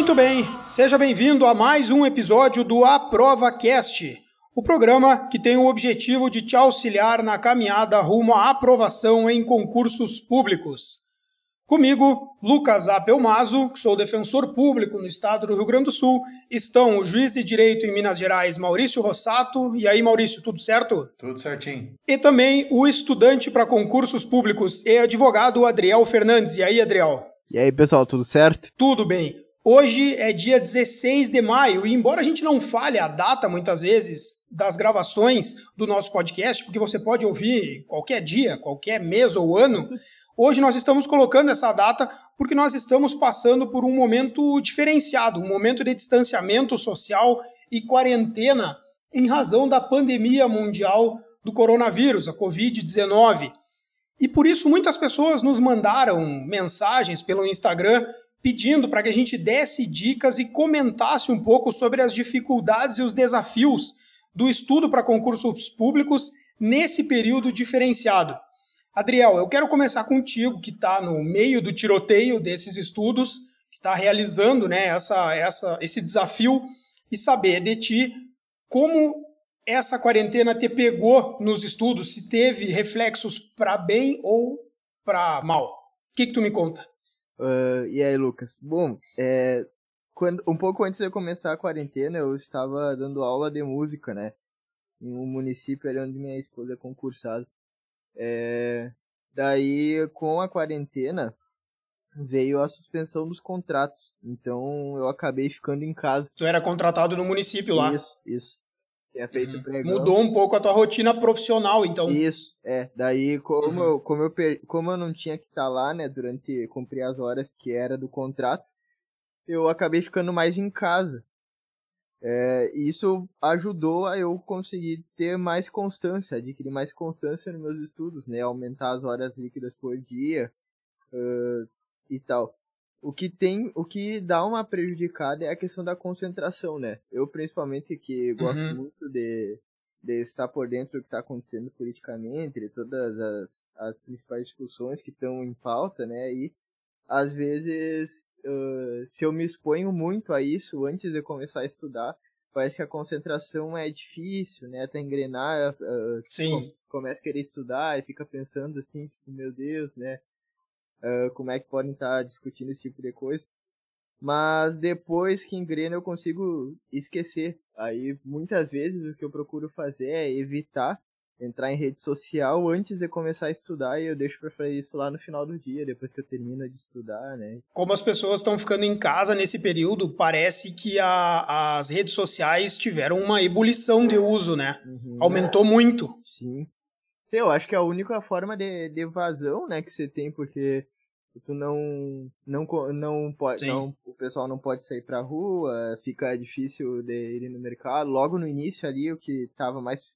Muito bem, seja bem-vindo a mais um episódio do AprovaCast, o programa que tem o objetivo de te auxiliar na caminhada rumo à aprovação em concursos públicos. Comigo, Lucas Apelmazo, que sou defensor público no estado do Rio Grande do Sul, estão o juiz de direito em Minas Gerais, Maurício Rossato. E aí, Maurício, tudo certo? Tudo certinho. E também o estudante para concursos públicos e advogado Adriel Fernandes. E aí, Adriel? E aí, pessoal, tudo certo? Tudo bem. Hoje é dia 16 de maio e embora a gente não fale a data muitas vezes das gravações do nosso podcast, porque você pode ouvir qualquer dia, qualquer mês ou ano, hoje nós estamos colocando essa data porque nós estamos passando por um momento diferenciado, um momento de distanciamento social e quarentena em razão da pandemia mundial do coronavírus, a Covid-19. E por isso muitas pessoas nos mandaram mensagens pelo Instagram pedindo para que a gente desse dicas e comentasse um pouco sobre as dificuldades e os desafios do estudo para concursos públicos nesse período diferenciado. Adriel, eu quero começar contigo, que está no meio do tiroteio desses estudos, que está realizando, né, esse desafio, e saber de ti como essa quarentena te pegou nos estudos, se teve reflexos para bem ou para mal. O que tu me conta? E aí, Lucas? Bom, um pouco antes de eu começar a quarentena, eu estava dando aula de música, né? Em um município ali onde minha esposa é concursada. Daí, com a quarentena, veio a suspensão dos contratos. Então, eu acabei ficando em casa. Tu era contratado no município lá? Isso. Tinha feito pregão. Mudou um pouco a tua rotina profissional, então. Isso, Daí, como eu não tinha que estar lá, né, durante cumprir as horas que era do contrato, eu acabei ficando mais em casa. Isso ajudou a eu conseguir ter mais constância, adquirir mais constância nos meus estudos, né, aumentar as horas líquidas por dia e tal. O que dá uma prejudicada é a questão da concentração, né? Eu, principalmente, que gosto muito de estar por dentro do que está acontecendo politicamente, de todas as principais discussões que estão em pauta, né? E, às vezes, se eu me exponho muito a isso antes de começar a estudar, parece que a concentração é difícil, né? Até engrenar, começa a querer estudar e fica pensando assim, tipo, meu Deus, né? Como é que podem estar discutindo esse tipo de coisa. Mas depois que engrena eu consigo esquecer. Aí muitas vezes o que eu procuro fazer é evitar entrar em rede social antes de começar a estudar e eu deixo para fazer isso lá no final do dia, depois que eu termino de estudar, né? Como as pessoas estão ficando em casa nesse período, parece que as redes sociais tiveram uma ebulição de uso, né? Aumentou muito. Sim. Eu acho que é a única forma de evasão, né, que você tem, porque tu não pode, o pessoal não pode sair pra rua, fica difícil de ir no mercado. Logo no início ali, o que tava mais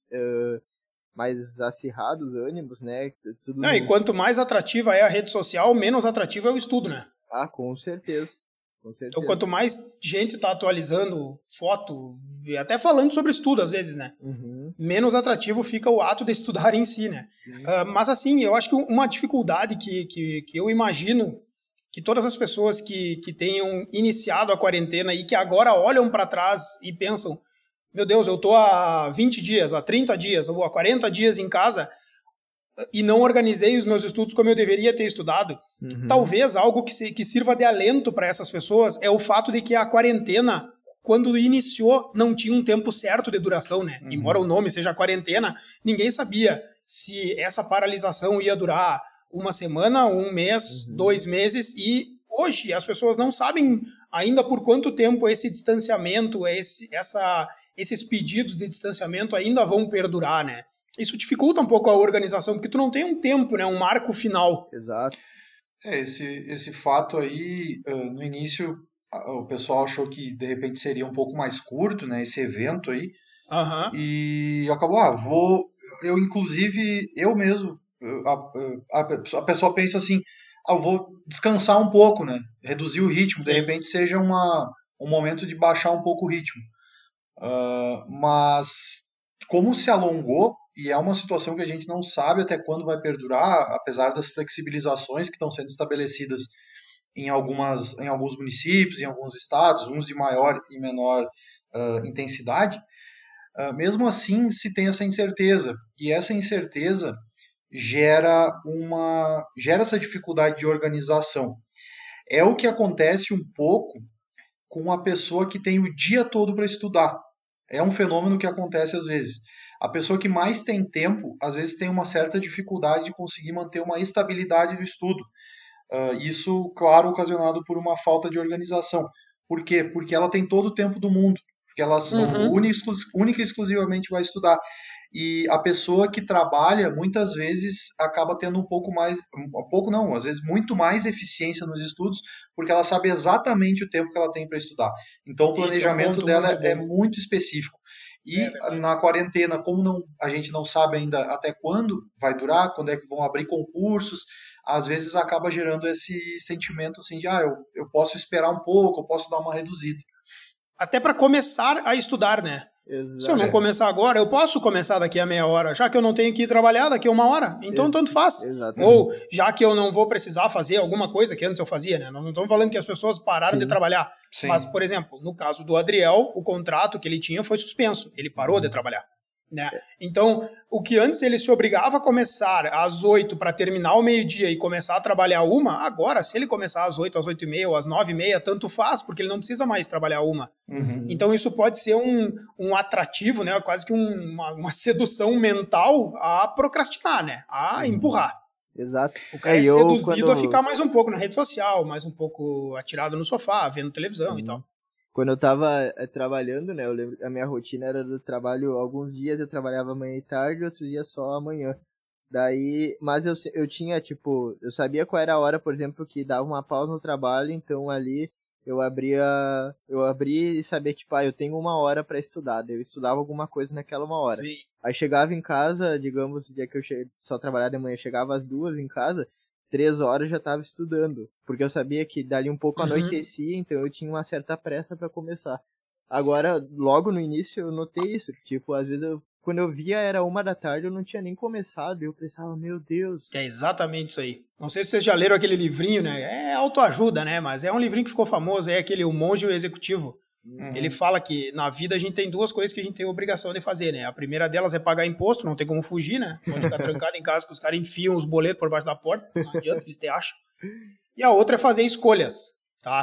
acirrado os ânimos, né? E quanto mais atrativa é a rede social, menos atrativo é o estudo, né? Ah, com certeza. Então, quanto mais gente está atualizando foto, até falando sobre estudo às vezes, né? Menos atrativo fica o ato de estudar em si, né? Mas assim, eu acho que uma dificuldade que eu imagino que todas as pessoas que tenham iniciado a quarentena e que agora olham para trás e pensam, meu Deus, eu estou há 20 dias, há 30 dias ou há 40 dias em casa e não organizei os meus estudos como eu deveria ter estudado. Talvez algo que sirva de alento para essas pessoas é o fato de que a quarentena, quando iniciou, não tinha um tempo certo de duração, né? Embora o nome seja quarentena, ninguém sabia se essa paralisação ia durar uma semana, um mês, 2 meses, e hoje as pessoas não sabem ainda por quanto tempo esse distanciamento, esses pedidos de distanciamento ainda vão perdurar, né? Isso dificulta um pouco a organização, porque tu não tem um tempo, né? Um marco final. Exato. Esse fato aí, no início, o pessoal achou que de repente seria um pouco mais curto, né? Esse evento aí. E acabou, eu inclusive, eu mesmo, a pessoa pensa assim, eu vou descansar um pouco, né? Reduzir o ritmo, de repente seja um momento de baixar um pouco o ritmo. Mas como se alongou, e é uma situação que a gente não sabe até quando vai perdurar, apesar das flexibilizações que estão sendo estabelecidas em alguns municípios, em alguns estados, uns de maior e menor intensidade, mesmo assim se tem essa incerteza. E essa incerteza gera essa dificuldade de organização. É o que acontece um pouco com a pessoa que tem o dia todo para estudar. É um fenômeno que acontece às vezes. A pessoa que mais tem tempo, às vezes tem uma certa dificuldade de conseguir manter uma estabilidade do estudo. Isso, claro, ocasionado por uma falta de organização. Por quê? Porque ela tem todo o tempo do mundo. Porque ela única e exclusivamente vai estudar. E a pessoa que trabalha, muitas vezes, acaba tendo às vezes muito mais eficiência nos estudos, porque ela sabe exatamente o tempo que ela tem para estudar. Então, o planejamento dela é muito específico. E na quarentena, como a gente não sabe ainda até quando vai durar, quando é que vão abrir concursos, às vezes acaba gerando esse sentimento assim de, eu posso esperar um pouco, eu posso dar uma reduzida. Até para começar a estudar, né? Exato. Se eu não começar agora, eu posso começar daqui a meia hora, já que eu não tenho que ir trabalhar daqui a uma hora, então tanto faz. Exatamente. Ou já que eu não vou precisar fazer alguma coisa que antes eu fazia, né? Não estamos falando que as pessoas pararam de trabalhar. Sim. Mas, por exemplo, no caso do Adriel, o contrato que ele tinha foi suspenso, ele parou de trabalhar. Né? Então, o que antes ele se obrigava a começar às 8 para terminar ao meio-dia e começar a trabalhar agora, se ele começar às 8, às 8h30 ou às 9h30, tanto faz, porque ele não precisa mais trabalhar Então, isso pode ser um atrativo, né? Quase que uma sedução mental a procrastinar, né? A empurrar. Exato. O cara é seduzido a ficar mais um pouco na rede social, mais um pouco atirado no sofá, vendo televisão e tal. Quando eu tava trabalhando, né, eu lembro, a minha rotina era do trabalho, alguns dias eu trabalhava manhã e tarde, outros dias só amanhã. Daí, mas eu tinha, tipo, eu sabia qual era a hora, por exemplo, que dava uma pausa no trabalho, então ali eu abria e sabia, tipo, eu tenho uma hora pra estudar, daí eu estudava alguma coisa naquela uma hora. Sim. Aí chegava em casa, digamos, o dia que eu só trabalhava de manhã, chegava às 2 em casa, 3 horas já estava estudando, porque eu sabia que dali um pouco anoitecia, então eu tinha uma certa pressa para começar. Agora, logo no início eu notei isso, tipo, às vezes quando eu via era 1h da tarde, eu não tinha nem começado, e eu pensava, meu Deus. É exatamente isso aí. Não sei se vocês já leram aquele livrinho, né? É autoajuda, né? Mas é um livrinho que ficou famoso, é aquele O Monge e o Executivo. Ele fala que na vida a gente tem duas coisas que a gente tem obrigação de fazer, né? A primeira delas é pagar imposto, não tem como fugir, né? Pode ficar trancado em casa que os caras enfiam os boletos por baixo da porta, não adianta, eles te acham. E a outra é fazer escolhas, tá?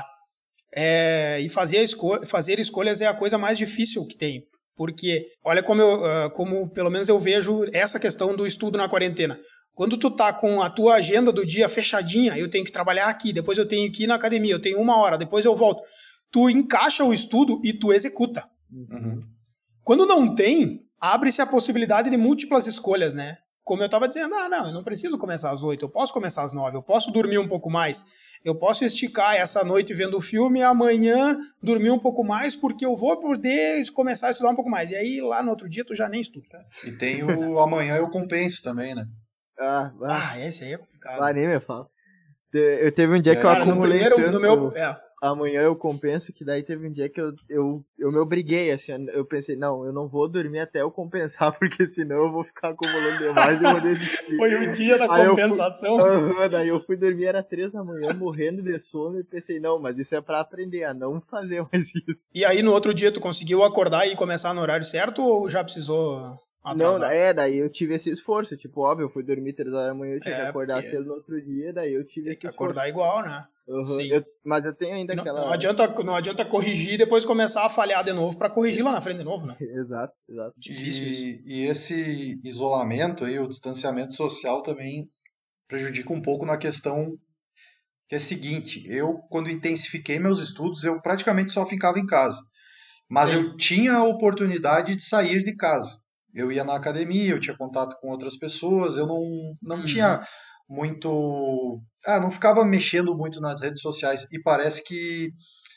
E fazer escolhas é a coisa mais difícil que tem, porque olha como pelo menos eu vejo essa questão do estudo na quarentena. Quando tu tá com a tua agenda do dia fechadinha, eu tenho que trabalhar aqui, depois eu tenho que ir na academia, eu tenho 1 hora, depois eu volto. Tu encaixa o estudo e tu executa. Quando não tem, abre-se a possibilidade de múltiplas escolhas, né? Como eu estava dizendo, eu não preciso começar às 8, eu posso começar às 9, eu posso dormir um pouco mais, eu posso esticar essa noite vendo o filme e amanhã dormir um pouco mais, porque eu vou poder começar a estudar um pouco mais. E aí, lá no outro dia, tu já nem estuda. E tem o amanhã eu compenso também, né? Esse aí é complicado. Lá nem me fala. Eu teve um dia que eu acumulei amanhã eu compenso, que daí teve um dia que eu me obriguei, assim, eu pensei, não, eu não vou dormir até eu compensar, porque senão eu vou ficar acumulando demais e eu vou desistir. Foi o dia da compensação. Daí eu fui dormir, era 3 da manhã, morrendo de sono, e pensei, não, mas isso é pra aprender a não fazer mais isso. E aí no outro dia tu conseguiu acordar e começar no horário certo, ou já precisou atrasar? Não, daí eu tive esse esforço, tipo, óbvio, eu fui dormir 3 horas da manhã, eu tinha que acordar cedo no outro dia, daí eu tive esse esforço. Tem que acordar igual, né? Sim. Mas eu tenho ainda aquela... Não adianta corrigir e depois começar a falhar de novo para corrigir lá na frente de novo, né? Exato. Difícil isso. E esse isolamento aí, o distanciamento social também prejudica um pouco na questão que é a seguinte, eu quando intensifiquei meus estudos, eu praticamente só ficava em casa. Mas eu tinha a oportunidade de sair de casa. Eu ia na academia, eu tinha contato com outras pessoas, eu não tinha muito... não ficava mexendo muito nas redes sociais. E parece que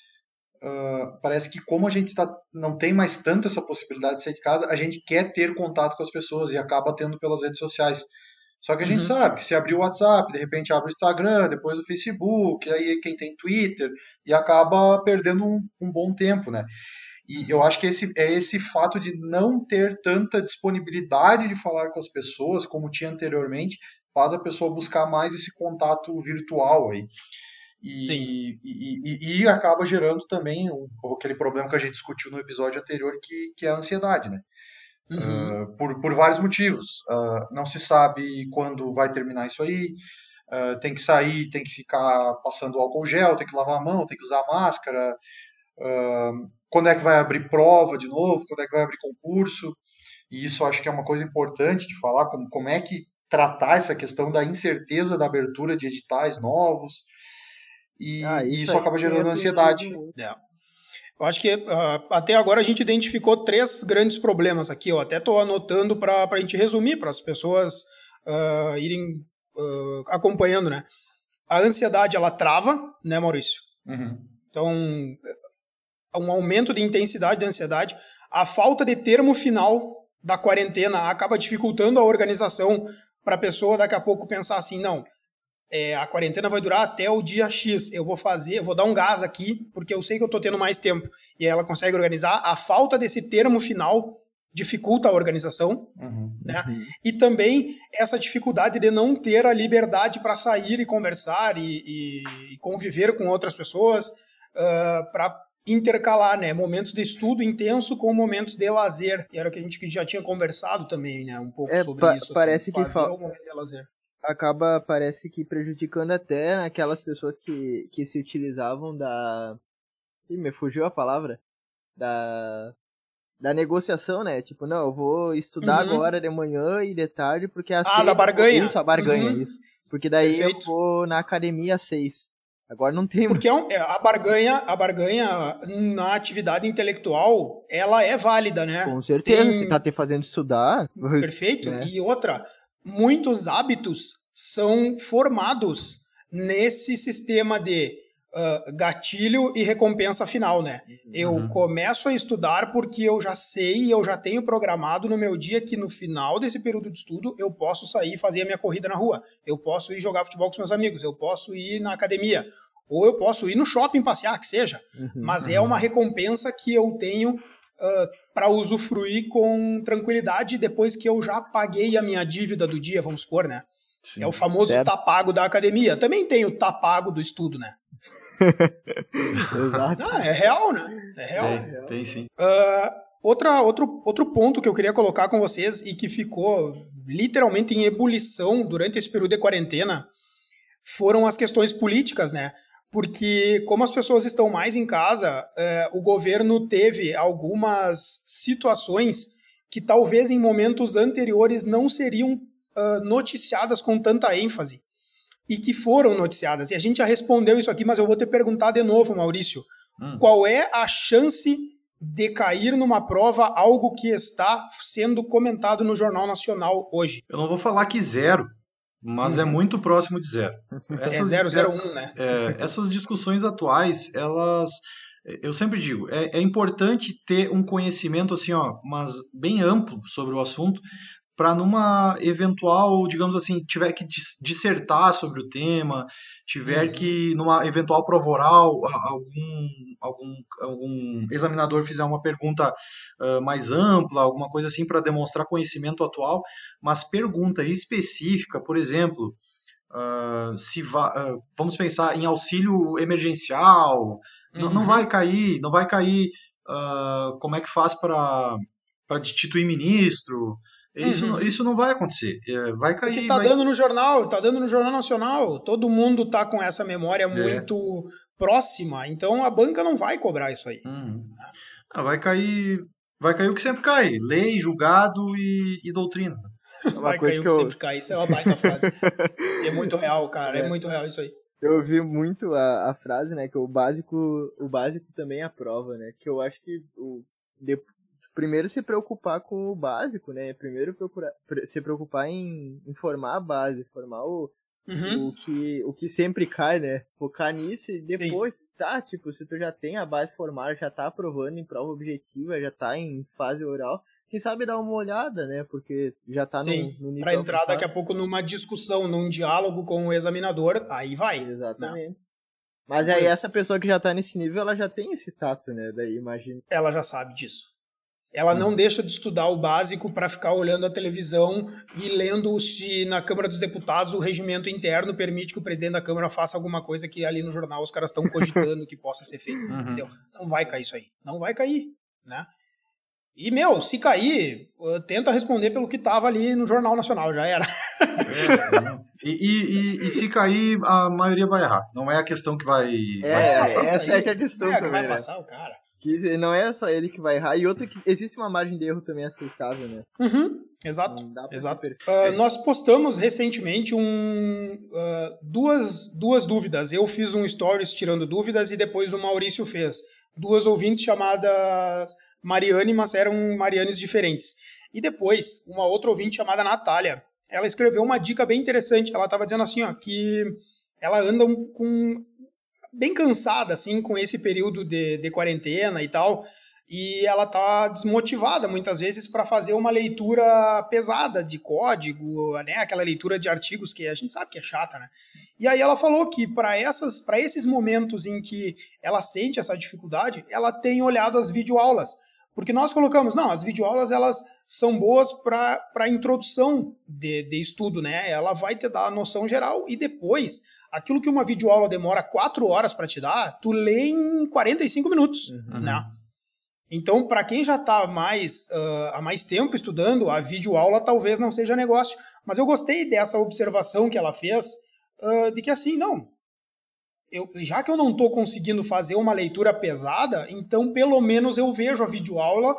como a gente não tem mais tanto essa possibilidade de sair de casa, a gente quer ter contato com as pessoas e acaba tendo pelas redes sociais. Só que a gente sabe que se abrir o WhatsApp, de repente abre o Instagram, depois o Facebook, aí quem tem Twitter, e acaba perdendo um bom tempo, né? E eu acho que esse fato de não ter tanta disponibilidade de falar com as pessoas como tinha anteriormente, faz a pessoa buscar mais esse contato virtual aí. e acaba gerando também aquele problema que a gente discutiu no episódio anterior, que é a ansiedade, né? Por vários motivos. Não se sabe quando vai terminar isso aí, tem que sair, tem que ficar passando álcool gel, tem que lavar a mão, tem que usar máscara, quando é que vai abrir prova de novo, quando é que vai abrir concurso, e isso acho que é uma coisa importante de falar, como é que tratar essa questão da incerteza da abertura de editais novos, e isso acaba gerando ansiedade. Eu acho que até agora a gente identificou 3 grandes problemas aqui. Eu até estou anotando para a gente resumir, para as pessoas irem acompanhando, né? A ansiedade, ela trava, né, Maurício? Então, um aumento de intensidade da ansiedade. A falta de termo final da quarentena acaba dificultando a organização para a pessoa daqui a pouco pensar assim, não, a quarentena vai durar até o dia X, eu vou dar um gás aqui, porque eu sei que eu estou tendo mais tempo. E aí ela consegue organizar. A falta desse termo final dificulta a organização, né? E também essa dificuldade de não ter a liberdade para sair e conversar e conviver com outras pessoas, para intercalar, né, momentos de estudo intenso com momentos de lazer. E era o que a gente já tinha conversado também, né, um pouco sobre isso. Parece assim, que o momento de lazer. Acaba, parece que prejudicando até aquelas pessoas que se utilizavam me fugiu a palavra. Da negociação, né? Tipo, não, eu vou estudar agora de manhã e de tarde, porque às 6... da barganha. Isso, a barganha, isso. Porque daí eu vou na academia às 6. Agora não tem... Porque a barganha na atividade intelectual, ela é válida, né? Com certeza, se tá te fazendo estudar... Perfeito. Né? E outra, muitos hábitos são formados nesse sistema de gatilho e recompensa final, né? Eu começo a estudar porque eu já sei, eu já tenho programado no meu dia que no final desse período de estudo eu posso sair e fazer a minha corrida na rua, eu posso ir jogar futebol com os meus amigos, eu posso ir na academia, ou eu posso ir no shopping passear, que seja. Mas é uma recompensa que eu tenho para usufruir com tranquilidade depois que eu já paguei a minha dívida do dia, vamos supor, né? Sim, é o famoso tá pago da academia. Também tem o tá pago do estudo, né? Exato. Não, é real, né? É real. Tem sim. Outro ponto que eu queria colocar com vocês e que ficou literalmente em ebulição durante esse período de quarentena foram as questões políticas, né? Porque como as pessoas estão mais em casa, o governo teve algumas situações que talvez em momentos anteriores não seriam noticiadas com tanta ênfase. E que foram noticiadas. E a gente já respondeu isso aqui, mas eu vou te perguntar de novo, Maurício. Qual é a chance de cair numa prova algo que está sendo comentado no Jornal Nacional hoje? Eu não vou falar que 0, mas é muito próximo de 0. É 0,01, né? Essas discussões atuais, elas... Eu sempre digo, é importante ter um conhecimento assim, mas bem amplo sobre o assunto, para numa eventual, digamos assim, tiver que dissertar sobre o tema, tiver que, numa eventual prova oral, algum examinador fizer uma pergunta mais ampla, alguma coisa assim, para demonstrar conhecimento atual, mas pergunta específica, por exemplo, vamos pensar em auxílio emergencial, não vai cair, como é que faz para destituir ministro. Isso não vai acontecer. Vai cair. Porque dando no jornal, tá dando no Jornal Nacional. Todo mundo tá com essa memória muito próxima. Então a banca não vai cobrar isso aí. Vai cair o que sempre cai: lei, julgado e doutrina. Vai cair o que sempre cai. Isso é uma baita frase. É muito real, cara. É muito real isso aí. Eu ouvi muito a frase, né? Que o básico também aprova, né? Que eu acho que primeiro se preocupar com o básico, né? Primeiro se preocupar em formar a base, formar o que sempre cai, né? Focar nisso e depois, se tu já tem a base formada, já tá aprovando em prova objetiva, já tá em fase oral, quem sabe dar uma olhada, né? Porque já tá no nível para entrar daqui a pouco numa discussão, num diálogo com o examinador, aí vai. Exatamente. Né? Mas aí essa pessoa que já tá nesse nível, ela já tem esse tato, né? Daí imagina. Ela já sabe disso. ela não deixa de estudar o básico para ficar olhando a televisão e lendo se na Câmara dos Deputados o regimento interno permite que o presidente da Câmara faça alguma coisa que ali no jornal os caras estão cogitando que possa ser feito. Entendeu? Não vai cair isso aí. Não vai cair, né? E, se cair, tenta responder pelo que tava ali no Jornal Nacional, já era. E se cair, a maioria vai errar. Não é a questão que vai... Essa é que é a questão também, que vai passar o cara. Que não é só ele que vai errar, e outra que existe uma margem de erro também aceitável, né? Exato. Nós postamos recentemente duas dúvidas. Eu fiz um stories tirando dúvidas e depois o Maurício fez. 2 ouvintes chamadas Mariane, mas eram Marianes diferentes. E depois, uma outra ouvinte chamada Natália, ela escreveu uma dica bem interessante. Ela estava dizendo assim, que ela anda bem cansada, assim, com esse período de quarentena e tal, e ela tá desmotivada, muitas vezes, para fazer uma leitura pesada de código, né, aquela leitura de artigos que a gente sabe que é chata, né? E aí ela falou que para esses momentos em que ela sente essa dificuldade, ela tem olhado as videoaulas, porque nós colocamos, as videoaulas elas são boas para introdução de estudo, né? Ela vai te dar a noção geral e depois, aquilo que uma videoaula demora 4 horas para te dar, tu lê em 45 minutos, né? Então, para quem já está há mais tempo estudando, a videoaula talvez não seja negócio. Mas eu gostei dessa observação que ela fez, de que assim, já que eu não estou conseguindo fazer uma leitura pesada, então pelo menos eu vejo a videoaula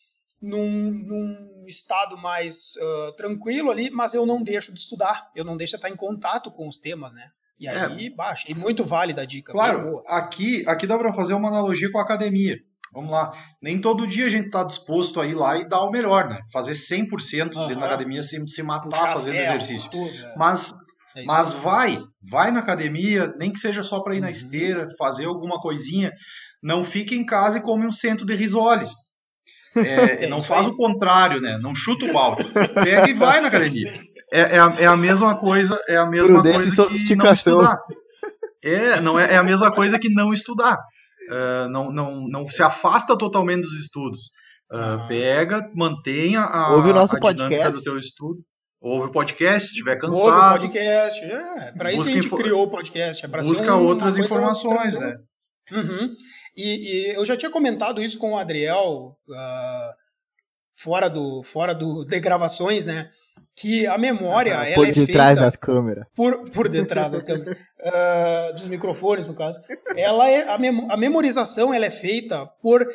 num estado mais tranquilo ali, mas eu não deixo de estudar, eu não deixo de estar em contato com os temas, né? E aí, achei muito válida a dica. Claro, aqui dá para fazer uma analogia com a academia. Vamos lá, nem todo dia a gente está disposto a ir lá e dar o melhor, né? Fazer 100% dentro da academia sem se matar fazendo exercício. Tudo, Mas vai na academia, nem que seja só para ir na esteira, fazer alguma coisinha. Não fique em casa e come um cento de risoles. Não faz o contrário, né? Não chuta o balde. Pega e vai na academia. É a mesma coisa, é a mesma coisa que não estudar. É a mesma coisa que não estudar. Não se afasta totalmente dos estudos. Pega, mantenha ouve o nosso dinâmica podcast do teu estudo. Ouve o podcast, se estiver cansado. Ouve o podcast. Para isso que a gente criou o podcast. Busca outras informações, né? E eu já tinha comentado isso com o Adriel, fora de gravações, né? Que a memória ela é feita... Por detrás das câmeras. Por detrás das câmeras. Dos microfones, no caso. A memorização ela é feita por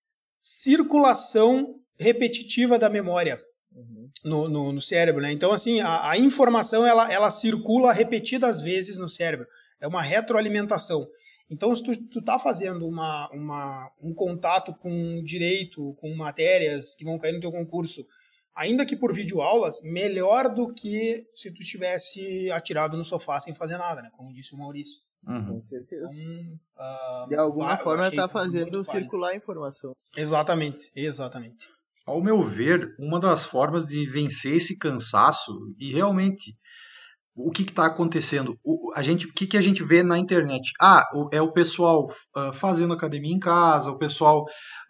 circulação repetitiva da memória no cérebro, né? Então, assim, a informação ela circula repetidas vezes no cérebro. É uma retroalimentação. Então, se tu tá fazendo um contato com direito, com matérias que vão cair no teu concurso, ainda que por videoaulas, melhor do que se tu tivesse atirado no sofá sem fazer nada, né? Como disse o Maurício. Com certeza. Então, de alguma forma tá fazendo circular a informação. Exatamente. Ao meu ver, uma das formas de vencer esse cansaço, e realmente, o que está acontecendo? O que a gente vê na internet? É o pessoal fazendo academia em casa, o pessoal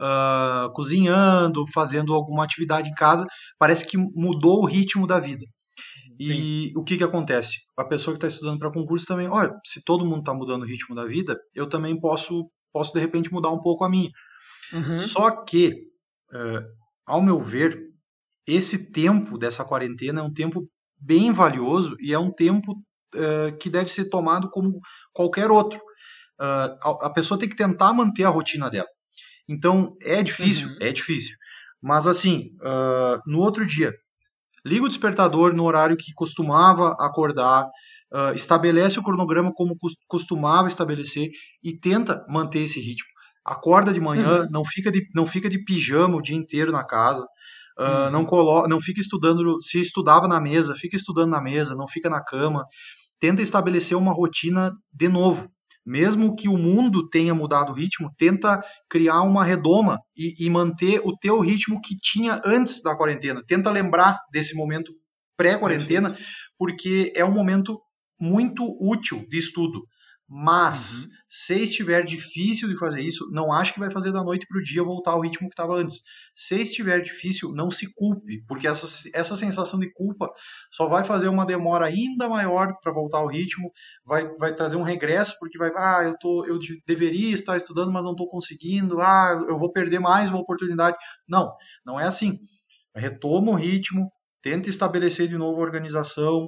cozinhando, fazendo alguma atividade em casa, parece que mudou o ritmo da vida. E o que acontece? A pessoa que está estudando para concurso também, olha, se todo mundo está mudando o ritmo da vida, eu também posso de repente mudar um pouco a minha. Só que, ao meu ver, esse tempo dessa quarentena é um tempo bem valioso e é um tempo que deve ser tomado como qualquer outro. A pessoa tem que tentar manter a rotina dela. Então, é difícil, Mas assim, no outro dia, liga o despertador no horário que costumava acordar, estabelece o cronograma como costumava estabelecer e tenta manter esse ritmo. Acorda de manhã, não fica de pijama o dia inteiro na casa, não fica estudando, se estudava na mesa, fica estudando na mesa, não fica na cama, tenta estabelecer uma rotina de novo. Mesmo que o mundo tenha mudado o ritmo, tenta criar uma redoma e manter o teu ritmo que tinha antes da quarentena. Tenta lembrar desse momento pré-quarentena, porque é um momento muito útil de estudo. Mas, se estiver difícil de fazer isso, não acho que vai fazer da noite para o dia voltar ao ritmo que estava antes. Se estiver difícil, não se culpe, porque essa sensação de culpa só vai fazer uma demora ainda maior para voltar ao ritmo, vai trazer um regresso, porque eu deveria estar estudando, mas não estou conseguindo, eu vou perder mais uma oportunidade. Não é assim. Retoma o ritmo, tenta estabelecer de novo a organização,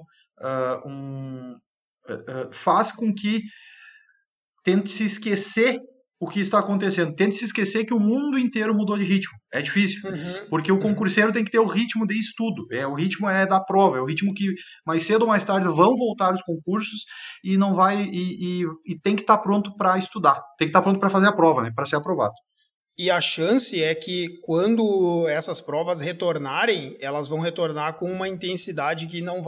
faz com que tente se esquecer o que está acontecendo. Tente se esquecer que o mundo inteiro mudou de ritmo. É difícil. Porque o concurseiro tem que ter o ritmo de estudo. O ritmo é da prova. É o ritmo que mais cedo ou mais tarde vão voltar os concursos e não vai e tem que estar pronto para estudar. Tem que estar pronto para fazer a prova, né? Para ser aprovado. E a chance é que quando essas provas retornarem, elas vão retornar com uma intensidade que não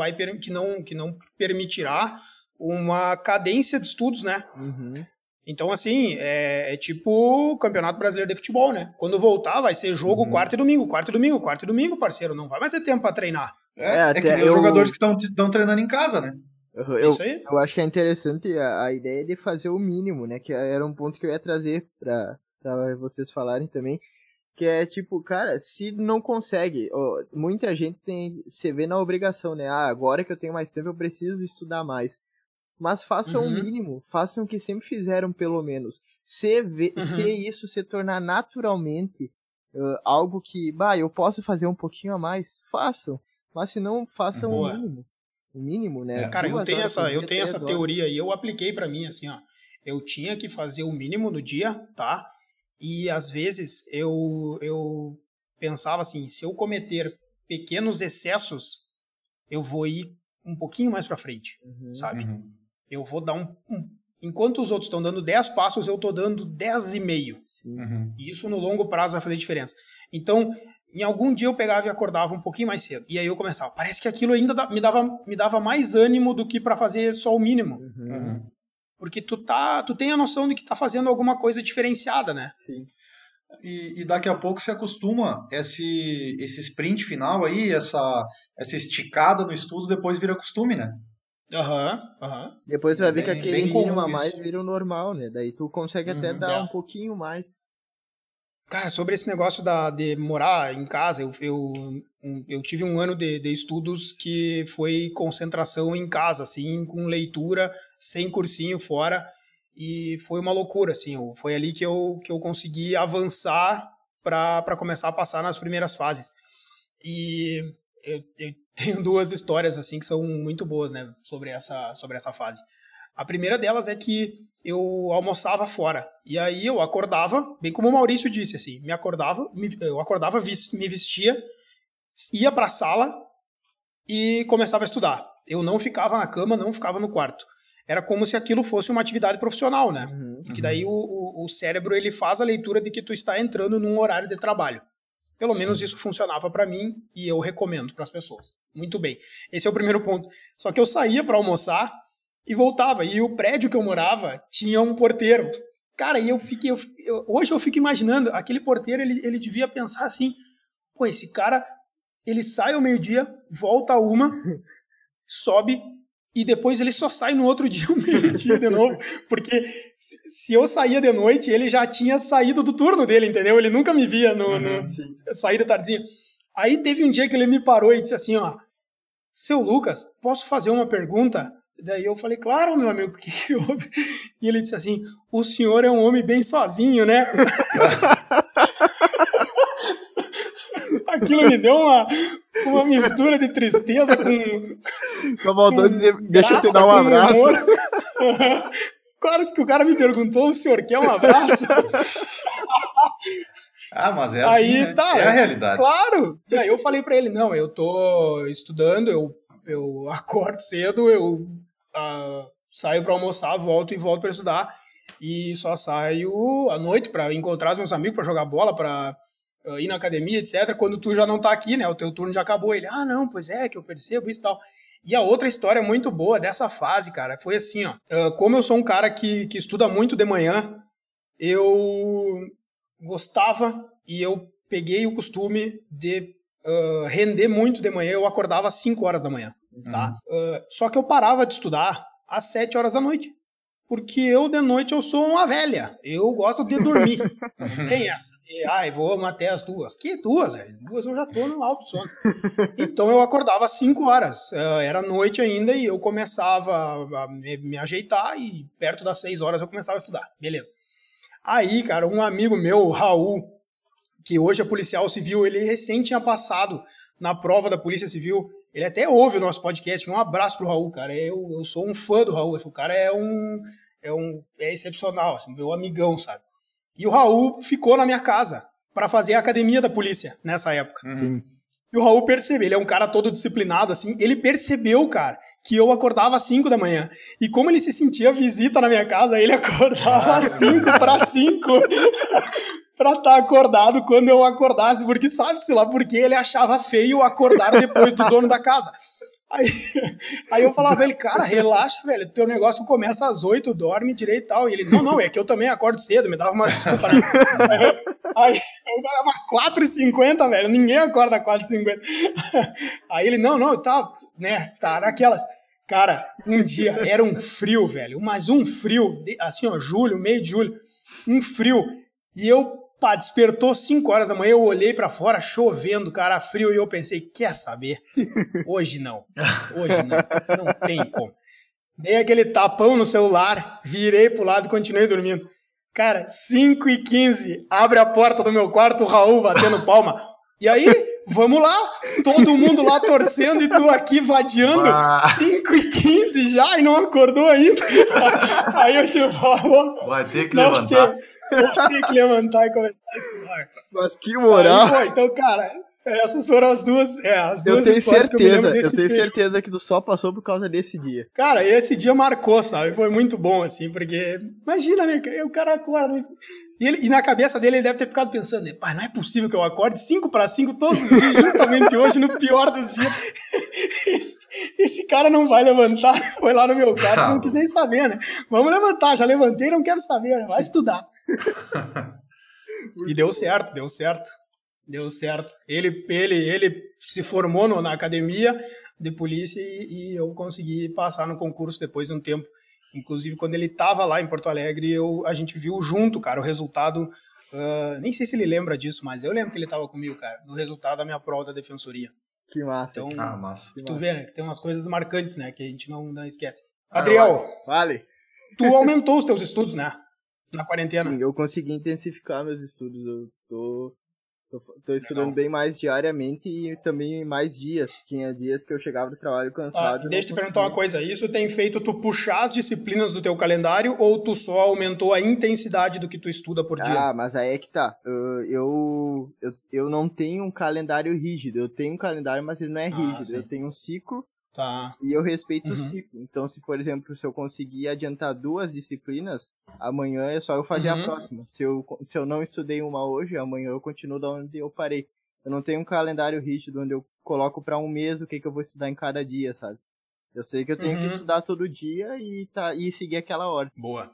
permitirá uma cadência de estudos, né? Então, assim, é tipo o Campeonato Brasileiro de Futebol, né? Quando voltar, vai ser jogo quarta e domingo, parceiro. Não vai mais ter tempo para treinar. Que nem os jogadores que estão treinando em casa, né? Isso aí. Eu acho que é interessante a ideia de fazer o mínimo, né? Que era um ponto que eu ia trazer para vocês falarem também. Que é tipo, cara, se não consegue, muita gente se vê na obrigação, né? Agora que eu tenho mais tempo, eu preciso estudar mais. Mas façam o mínimo, façam o que sempre fizeram, pelo menos. Se isso se tornar naturalmente algo que, eu posso fazer um pouquinho a mais, façam. Mas se não, façam o mínimo. O mínimo, né? Cara, eu tenho essa teoria e eu apliquei pra mim, assim, ó. Eu tinha que fazer o mínimo no dia, tá? E às vezes eu pensava assim, se eu cometer pequenos excessos, eu vou ir um pouquinho mais pra frente, sabe? Eu vou dar enquanto os outros estão dando 10 passos, eu tô dando 10,5. E isso no longo prazo vai fazer diferença. Então, em algum dia eu pegava e acordava um pouquinho mais cedo. E aí eu começava. Parece que aquilo ainda me dava mais ânimo do que para fazer só o mínimo. Porque tu tem a noção de que tá fazendo alguma coisa diferenciada, né? Sim. E daqui a pouco se acostuma esse sprint final aí, essa esticada no estudo, depois vira costume, né? Depois você vai ver que aquele mínimo a mais vira o normal, né? Daí tu consegue até dar um pouquinho mais. Cara, sobre esse negócio de morar em casa, eu tive um ano de estudos que foi concentração em casa, assim, com leitura, sem cursinho fora, e foi uma loucura, assim, foi ali que eu consegui avançar para começar a passar nas primeiras fases. E eu tenho 2 histórias, assim, que são muito boas, né, sobre essa fase. A primeira delas é que eu almoçava fora. E aí eu acordava, bem como o Maurício disse, assim, eu acordava, me vestia, ia para a sala e começava a estudar. Eu não ficava na cama, não ficava no quarto. Era como se aquilo fosse uma atividade profissional, né? Que daí o cérebro ele faz a leitura de que tu está entrando num horário de trabalho. Pelo menos isso funcionava para mim e eu recomendo para as pessoas. Muito bem. Esse é o primeiro ponto. Só que eu saía para almoçar e voltava. E o prédio que eu morava tinha um porteiro. Cara, e hoje eu fico imaginando, aquele porteiro, ele devia pensar assim, pô, esse cara, ele sai ao meio-dia, volta a 1, sobe, e depois ele só sai no outro dia, ao meio-dia de novo. Porque se eu saía de noite, ele já tinha saído do turno dele, entendeu? Ele nunca me via no sair da tardezinha. Aí teve um dia que ele me parou e disse assim, ó, seu Lucas, posso fazer uma pergunta? Daí eu falei, claro, meu amigo, o que houve? E ele disse assim, o senhor é um homem bem sozinho, né? Aquilo me deu uma mistura de tristeza com vontade de deixa eu te dar um abraço. Claro que o cara me perguntou, o senhor quer um abraço? Mas é assim, aí, né? É a realidade. Claro! E aí eu falei pra ele, não, eu tô estudando, eu acordo cedo, eu saio pra almoçar, volto pra estudar, e só saio à noite pra encontrar os meus amigos, pra jogar bola, pra ir na academia, etc., quando tu já não tá aqui, né, o teu turno já acabou. Ele, não, pois é, que eu percebo isso e tal. E a outra história muito boa dessa fase, cara, foi assim, ó, como eu sou um cara que estuda muito de manhã, eu gostava e eu peguei o costume de render muito de manhã. Eu acordava às 5 horas da manhã, tá? Só que eu parava de estudar às 7 horas da noite. porque eu, de noite, eu sou uma velha. Eu gosto de dormir. Não tem essa. Vou até as 2. Que 2, velho? 2 eu já tô no alto sono. Então eu acordava às 5 horas. Era noite ainda e eu começava a me ajeitar e perto das 6 horas eu começava a estudar. Beleza. Aí, cara, um amigo meu, o Raul, que hoje é policial civil, ele recém tinha passado na prova da Polícia Civil. Ele até ouve o nosso podcast. Um abraço pro Raul, cara. Eu sou um fã do Raul. O cara é excepcional, assim, meu amigão, sabe? E o Raul ficou na minha casa para fazer a academia da polícia nessa época. Sim. E o Raul percebeu, ele é um cara todo disciplinado, assim, ele percebeu, cara, que eu acordava às 5 da manhã. E como ele se sentia visita na minha casa, ele acordava às 5 para 5 pra estar acordado quando eu acordasse, porque sabe-se lá porque ele achava feio acordar depois do dono da casa. Aí eu falava pra ele, cara, relaxa, velho, teu negócio começa às 8, dorme direito e tal. E ele, não, é que eu também acordo cedo, me dava uma desculpa, né? Aí eu falava 4h50, velho, ninguém acorda 4h50. Aí ele, não, tá, né, tá naquelas. Cara, um dia era um frio, velho, mas um frio, assim, ó, julho, meio de julho, um frio, e eu, despertou 5 horas da manhã, eu olhei pra fora, chovendo, cara, frio, e eu pensei, quer saber? Hoje não tem como. Dei aquele tapão no celular, virei pro lado e continuei dormindo. Cara, 5h15, abre a porta do meu quarto, o Raul batendo palma. E aí, vamos lá, todo mundo lá torcendo e tu aqui vadiando, 5h15 já e não acordou ainda. Aí eu te falo, vai ter que levantar. Vou ter que levantar e começar a estudar. Mas que moral. Aí, então, cara, essas foram as duas histórias que eu me lembro desse Eu tenho certeza que tu só passou por causa desse dia. Cara, esse dia marcou, sabe? Foi muito bom, assim, porque imagina, né? O cara acorda. E na cabeça dele ele deve ter ficado pensando, né? Pai, não é possível que eu acorde 5 para 5 todos os dias, justamente hoje, no pior dos dias. Esse cara não vai levantar. Foi lá no meu quarto, não quis nem saber, né? Vamos levantar, já levantei, não quero saber, né? Vai estudar. E deu certo. Ele se formou na academia de polícia e eu consegui passar no concurso depois de um tempo. Inclusive, quando ele estava lá em Porto Alegre, a gente viu junto, cara, o resultado. Nem sei se ele lembra disso, mas eu lembro que ele estava comigo, cara, no resultado da minha prova da defensoria. Que massa. Então, massa. Tu vê, né, que tem umas coisas marcantes, né, que a gente não esquece. Adriel, vale. Tu aumentou os teus estudos, né, na quarentena. Sim, eu consegui intensificar meus estudos. Eu tô estudando bem mais diariamente e também mais dias. Tinha dias que eu chegava do trabalho cansado. Deixa eu te perguntar uma coisa. Isso tem feito tu puxar as disciplinas do teu calendário ou tu só aumentou a intensidade do que tu estuda por dia? Mas aí é que tá. Eu não tenho um calendário rígido. Eu tenho um calendário, mas ele não é rígido. Sim. Eu tenho um ciclo. Tá. E eu respeito o ciclo. Então, se, por exemplo, se eu conseguir adiantar 2 disciplinas, amanhã é só eu fazer a próxima. Se eu não estudei uma hoje, amanhã eu continuo da onde eu parei. Eu não tenho um calendário rígido onde eu coloco para um mês o que eu vou estudar em cada dia, sabe? Eu sei que eu tenho que estudar todo dia e seguir aquela ordem. Boa.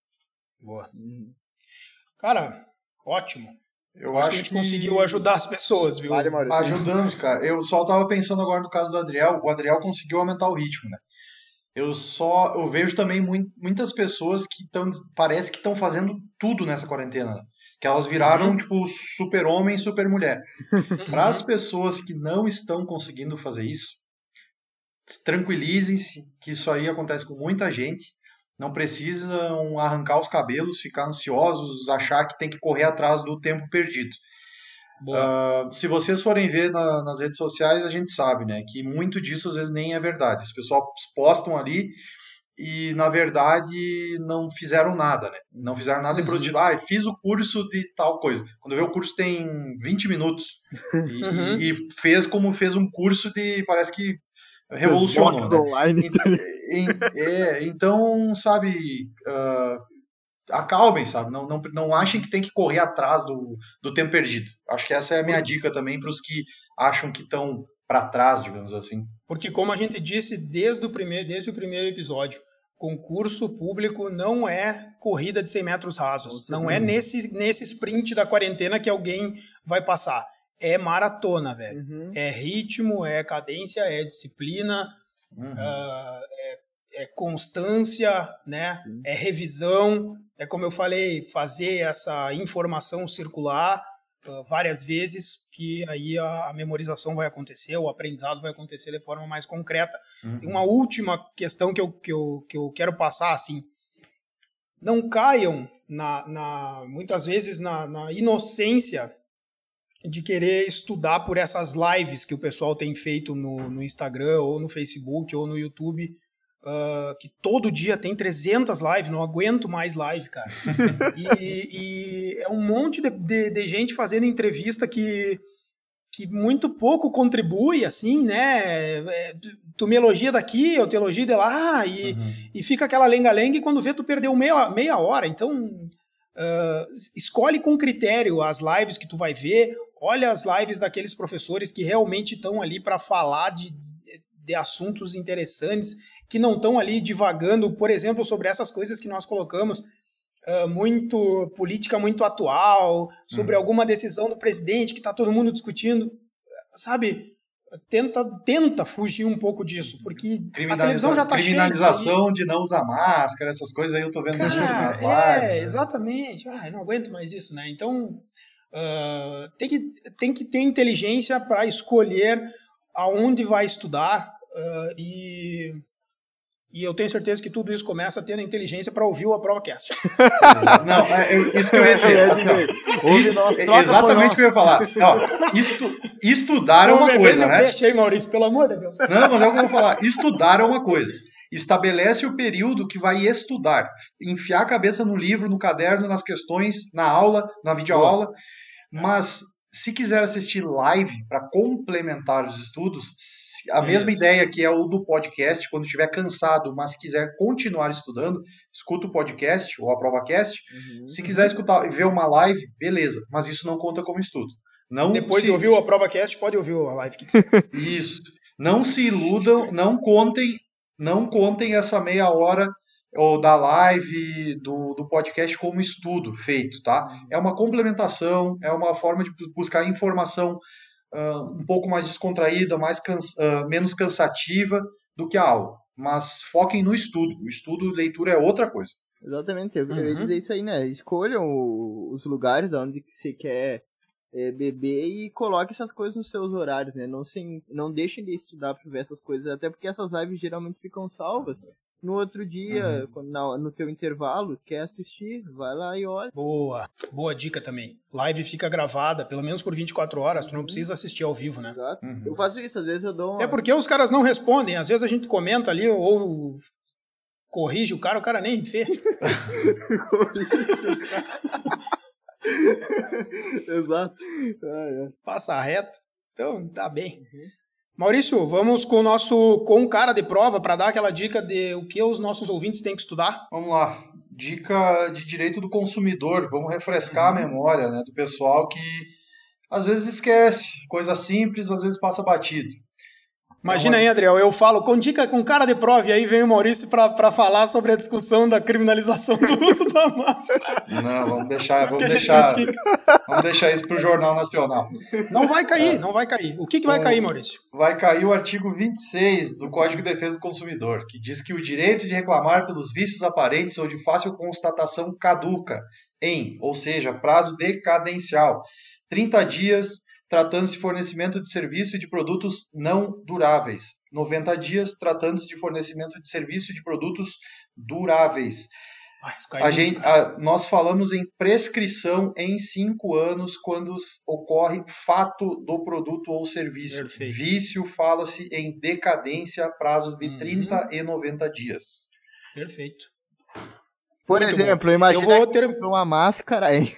Cara, ótimo. Eu acho que a gente conseguiu ajudar as pessoas, viu? Ajudamos, cara. Eu só tava pensando agora no caso do Adriel. O Adriel conseguiu aumentar o ritmo, né? Eu vejo também muitas pessoas que parece que estão fazendo tudo nessa quarentena, né? Que elas viraram, tipo, super-homem, super-mulher. Para as pessoas que não estão conseguindo fazer isso, tranquilizem-se que isso aí acontece com muita gente. Não precisam arrancar os cabelos, ficar ansiosos, achar que tem que correr atrás do tempo perdido. Se vocês forem ver nas redes sociais, a gente sabe, né, que muito disso às vezes nem é verdade. As pessoas postam ali e, na verdade, não fizeram nada, né? Não fizeram nada de produtivo. Fiz o curso de tal coisa. Quando vê o curso tem 20 minutos. E fez como fez um curso de... Parece que revolucionou, né? Online. Então, sabe, acalmem, sabe? Não achem que tem que correr atrás do tempo perdido. Acho que essa é a minha dica também para os que acham que estão para trás, digamos assim. Porque, como a gente disse desde o primeiro episódio, concurso público não é corrida de 100 metros rasos. Não é nesse sprint da quarentena que alguém vai passar. É maratona, velho. É ritmo, é cadência, é disciplina, é constância, né? É revisão, é como eu falei, fazer essa informação circular várias vezes, que aí a memorização vai acontecer, o aprendizado vai acontecer de forma mais concreta. E uma última questão que eu quero passar, assim, não caiam muitas vezes na inocência de querer estudar por essas lives que o pessoal tem feito no Instagram, ou no Facebook, ou no YouTube, que todo dia tem 300 lives, não aguento mais live, cara. E é um monte de gente fazendo entrevista que muito pouco contribui, assim, né? Tu me elogia daqui, eu te elogio de lá, e fica aquela lenga-lenga, e quando vê, tu perdeu meia hora. Então, escolhe com critério as lives que tu vai ver, olha as lives daqueles professores que realmente estão ali para falar de assuntos interessantes, que não estão ali divagando, por exemplo, sobre essas coisas que nós colocamos, muito política muito atual, sobre alguma decisão do presidente que está todo mundo discutindo, sabe? Tenta fugir um pouco disso, porque a televisão já está cheia. Criminalização de não usar máscara, essas coisas aí eu tô vendo nas lives. Exatamente. Não aguento mais isso, né? Então, tem que ter inteligência para escolher aonde vai estudar, e eu tenho certeza que tudo isso começa tendo inteligência para ouvir o AprovaCast. Não, isso que eu ia dizer. Exatamente o que eu ia falar. Estudar é uma coisa, né? Deixa aí, Maurício, pelo amor de Deus. Não, mas é o que eu vou falar. Estudar é uma coisa. Estabelece o período que vai estudar. Enfiar a cabeça no livro, no caderno, nas questões, na aula, na videoaula. Mas se quiser assistir live para complementar os estudos, a mesma ideia que é o do podcast, quando estiver cansado, mas quiser continuar estudando, escuta o podcast, ou a AprovaCast. Se quiser escutar e ver uma live, beleza, mas isso não conta como estudo. Depois de ouvir o AprovaCast, pode ouvir a live. Isso. Não se iludam, não contem essa meia hora ou da live, do podcast como estudo feito, tá? É uma complementação, é uma forma de buscar informação um pouco mais descontraída, menos cansativa do que a aula. Mas foquem no estudo. O estudo, leitura é outra coisa. Exatamente, eu ia dizer isso aí, né? Escolham os lugares onde você quer beber e coloque essas coisas nos seus horários, né? Não deixem de estudar para ver essas coisas, até porque essas lives geralmente ficam salvas. No outro dia, no teu intervalo, quer assistir, vai lá e olha. Boa dica também. Live fica gravada, pelo menos por 24 horas, tu não precisa assistir ao vivo, né? Exato. Eu faço isso, às vezes eu dou Até porque os caras não respondem, às vezes a gente comenta ali, ou corrige o cara nem vê. Exato. Passa reto, então tá bem. Maurício, vamos com o nosso Com Cara de Prova para dar aquela dica de o que os nossos ouvintes têm que estudar. Vamos lá. Dica de direito do consumidor. Vamos refrescar a memória, né, do pessoal que às vezes esquece. Coisa simples, às vezes passa batido. Imagina aí, Adriel, eu falo com dica com cara de prova, e aí vem o Maurício para falar sobre a discussão da criminalização do uso da máscara. Não, vamos deixar isso para o Jornal Nacional. Não vai cair. O que vai cair, Maurício? Vai cair o artigo 26 do Código de Defesa do Consumidor, que diz que o direito de reclamar pelos vícios aparentes ou de fácil constatação caduca ou seja, prazo decadencial, 30 dias, tratando-se de fornecimento de serviço e de produtos não duráveis. 90 dias, tratando-se de fornecimento de serviço e de produtos duráveis. Nós falamos em prescrição em 5 anos quando ocorre fato do produto ou serviço. Perfeito. Vício fala-se em decadência, prazos de 30 e 90 dias. Perfeito. Por exemplo, imagina eu vou ter uma máscara, hein?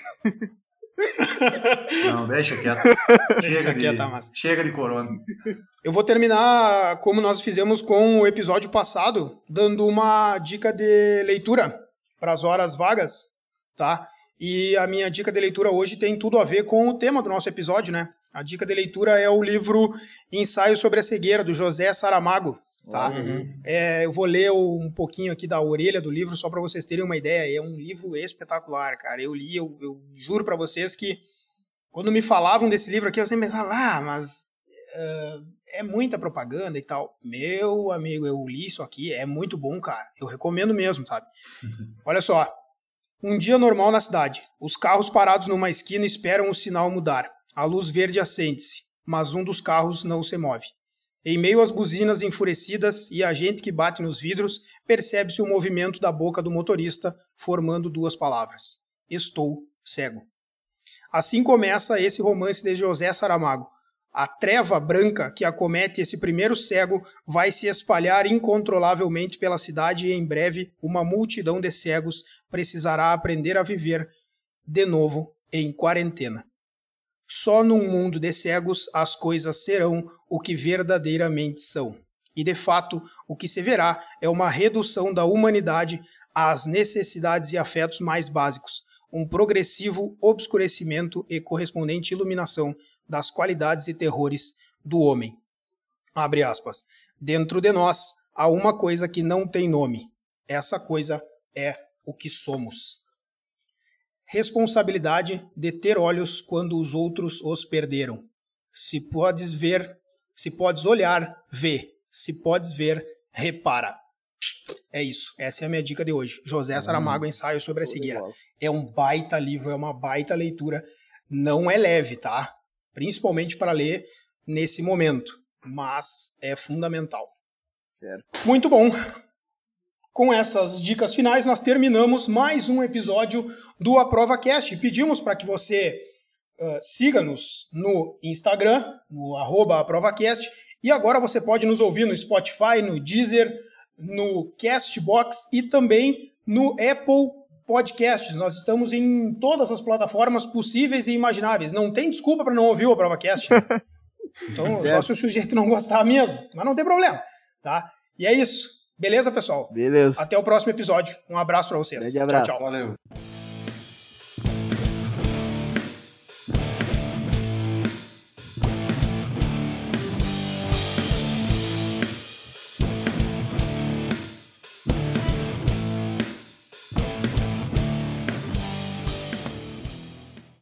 Não, deixa quieto. Chega de corona. Eu vou terminar como nós fizemos com o episódio passado, dando uma dica de leitura para as horas vagas, tá? E a minha dica de leitura hoje tem tudo a ver com o tema do nosso episódio, né? A dica de leitura é o livro Ensaio sobre a Cegueira, do José Saramago. Tá? Eu vou ler um pouquinho aqui da orelha do livro só para vocês terem uma ideia. É um livro espetacular, cara. Eu li, eu juro para vocês que quando me falavam desse livro aqui, eu sempre pensava, mas é muita propaganda e tal. Meu amigo, eu li isso aqui, é muito bom, cara. Eu recomendo mesmo, sabe? Olha só. Um dia normal na cidade. Os carros parados numa esquina esperam o sinal mudar. A luz verde acende-se, mas um dos carros não se move. Em meio às buzinas enfurecidas e a gente que bate nos vidros, percebe-se o movimento da boca do motorista, formando 2 palavras. Estou cego. Assim começa esse romance de José Saramago. A treva branca que acomete esse primeiro cego vai se espalhar incontrolavelmente pela cidade e em breve uma multidão de cegos precisará aprender a viver de novo em quarentena. Só num mundo de cegos as coisas serão o que verdadeiramente são. E de fato, o que se verá é uma redução da humanidade às necessidades e afetos mais básicos, um progressivo obscurecimento e correspondente iluminação das qualidades e terrores do homem. Abre aspas. Dentro de nós há uma coisa que não tem nome. Essa coisa é o que somos. Responsabilidade de ter olhos quando os outros os perderam. Se podes olhar, vê. Se podes ver, repara. É isso. Essa é a minha dica de hoje. José Saramago, Ensaio sobre a Cegueira. É um baita livro, é uma baita leitura. Não é leve, tá? Principalmente para ler nesse momento. Mas é fundamental. Certo. Muito bom. Com essas dicas finais, nós terminamos mais um episódio do AprovaCast. Pedimos para que você siga-nos no Instagram, no @AprovaCast, e agora você pode nos ouvir no Spotify, no Deezer, no Castbox e também no Apple Podcasts. Nós estamos em todas as plataformas possíveis e imagináveis. Não tem desculpa para não ouvir o AprovaCast. Né? Então, só se o sujeito não gostar mesmo, mas não tem problema. Tá? E é isso. Beleza, pessoal? Beleza. Até o próximo episódio. Um abraço para vocês. Grande abraço. Tchau, tchau. Valeu.